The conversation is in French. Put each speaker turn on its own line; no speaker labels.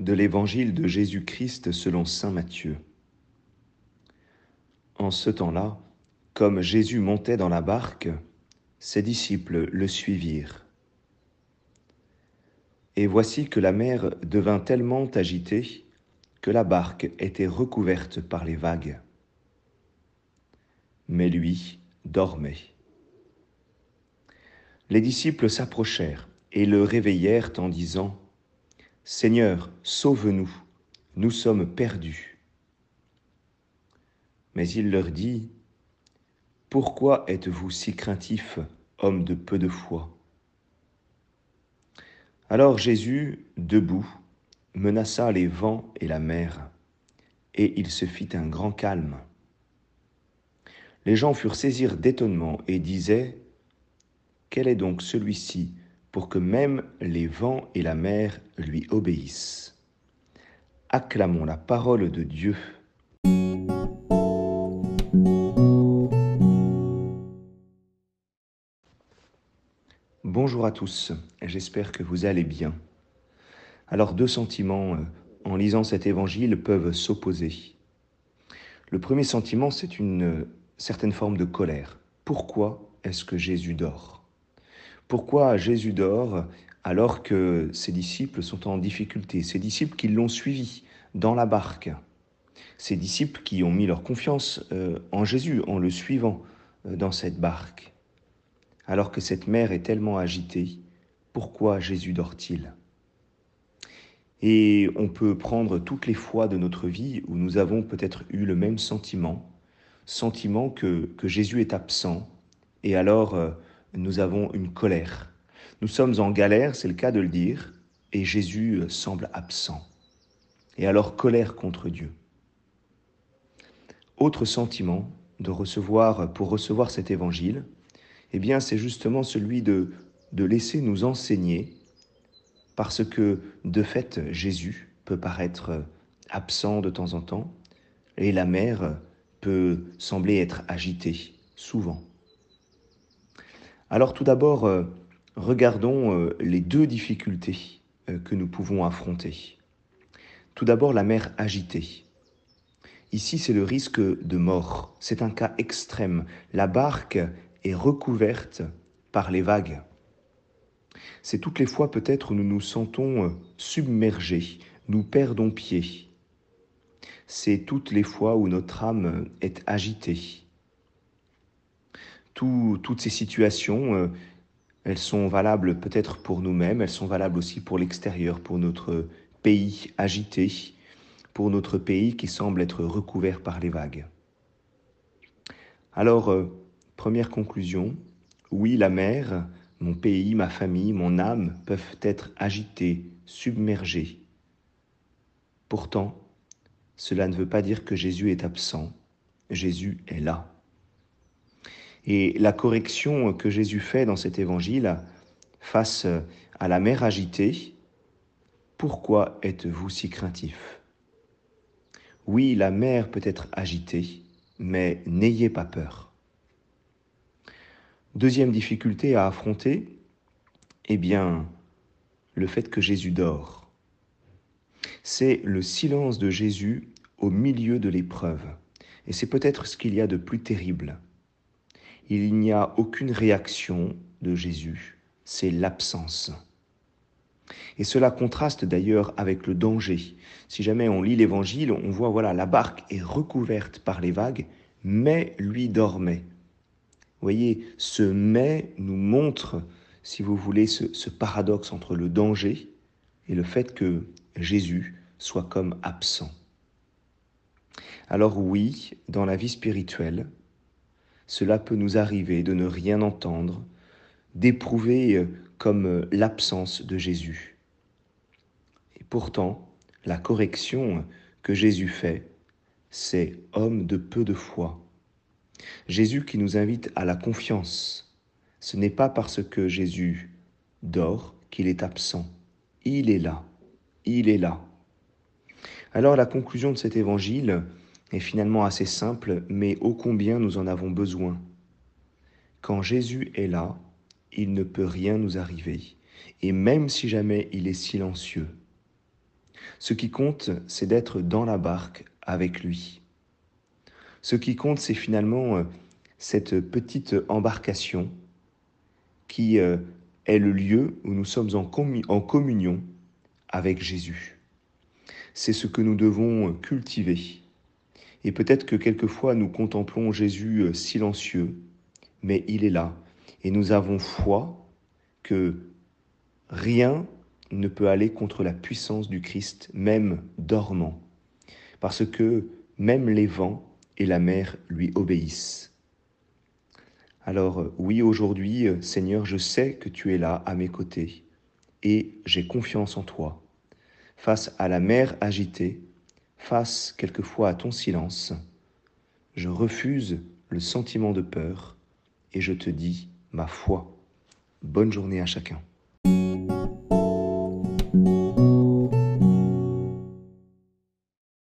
de l'Évangile de Jésus-Christ selon saint Matthieu. En ce temps-là, comme Jésus montait dans la barque, ses disciples le suivirent. Et voici que la mer devint tellement agitée que la barque était recouverte par les vagues. Mais lui dormait. Les disciples s'approchèrent et le réveillèrent en disant : « Seigneur, sauve-nous, nous sommes perdus. » Mais il leur dit : « Pourquoi êtes-vous si craintifs, hommes de peu de foi ?» Alors Jésus, debout, menaça les vents et la mer, et il se fit un grand calme. Les gens furent saisis d'étonnement et disaient : « Quel est donc celui-ci pour que même les vents et la mer lui obéissent ?» Acclamons la parole de Dieu. Bonjour à tous, j'espère que vous allez bien. Alors deux sentiments en lisant cet évangile peuvent s'opposer. Le premier sentiment, c'est une certaine forme de colère. Pourquoi est-ce que Jésus dort ? Pourquoi Jésus dort alors que ses disciples sont en difficulté ? Ses disciples qui l'ont suivi dans la barque. Ses disciples qui ont mis leur confiance en Jésus en le suivant dans cette barque. Alors que cette mer est tellement agitée, pourquoi Jésus dort-il ? Et on peut prendre toutes les fois de notre vie où nous avons peut-être eu le même sentiment que Jésus est absent, et alors nous avons une colère. Nous sommes en galère, c'est le cas de le dire, et Jésus semble absent. Et alors colère contre Dieu. Autre sentiment pour recevoir cet évangile, eh bien c'est justement celui de laisser nous enseigner, parce que de fait Jésus peut paraître absent de temps en temps, et la mer peut sembler être agitée, souvent. Alors tout d'abord, regardons les deux difficultés que nous pouvons affronter. Tout d'abord, la mer agitée. Ici, c'est le risque de mort. C'est un cas extrême. La barque est recouverte par les vagues. C'est toutes les fois peut-être où nous nous sentons submergés, nous perdons pied. C'est toutes les fois où notre âme est agitée. Toutes ces situations, elles sont valables peut-être pour nous-mêmes, elles sont valables aussi pour l'extérieur, pour notre pays agité, pour notre pays qui semble être recouvert par les vagues. Alors, première conclusion, oui, la mer, mon pays, ma famille, mon âme peuvent être agités, submergés. Pourtant, cela ne veut pas dire que Jésus est absent. Jésus est là. Et la correction que Jésus fait dans cet évangile face à la mer agitée, pourquoi êtes-vous si craintifs ? Oui, la mer peut être agitée, mais n'ayez pas peur. Deuxième difficulté à affronter, eh bien, le fait que Jésus dort. C'est le silence de Jésus au milieu de l'épreuve. Et c'est peut-être ce qu'il y a de plus terrible. Il n'y a aucune réaction de Jésus, c'est l'absence. Et cela contraste d'ailleurs avec le danger. Si jamais on lit l'évangile, on voit, voilà, la barque est recouverte par les vagues, mais lui dormait. Vous voyez, ce mais nous montre, si vous voulez, ce paradoxe entre le danger et le fait que Jésus soit comme absent. Alors oui, dans la vie spirituelle, cela peut nous arriver de ne rien entendre, d'éprouver comme l'absence de Jésus. Et pourtant, la correction que Jésus fait, c'est « homme de peu de foi ». Jésus qui nous invite à la confiance. Ce n'est pas parce que Jésus dort qu'il est absent. Il est là. Il est là. Alors la conclusion de cet évangile est finalement assez simple, mais ô combien nous en avons besoin. Quand Jésus est là, il ne peut rien nous arriver. Et même si jamais il est silencieux, Ce qui compte, c'est d'être dans la barque avec lui. Ce qui compte, c'est finalement cette petite embarcation qui est le lieu où nous sommes en communion avec Jésus. C'est ce que nous devons cultiver. Et peut-être que quelquefois nous contemplons Jésus silencieux, mais il est là. Et nous avons foi que rien ne peut aller contre la puissance du Christ, même dormant. Parce que même les vents et la mer lui obéissent. Alors oui, aujourd'hui, Seigneur, je sais que tu es là à mes côtés et j'ai confiance en toi. Face à la mer agitée, face quelquefois à ton silence, je refuse le sentiment de peur et je te dis ma foi. Bonne journée à chacun.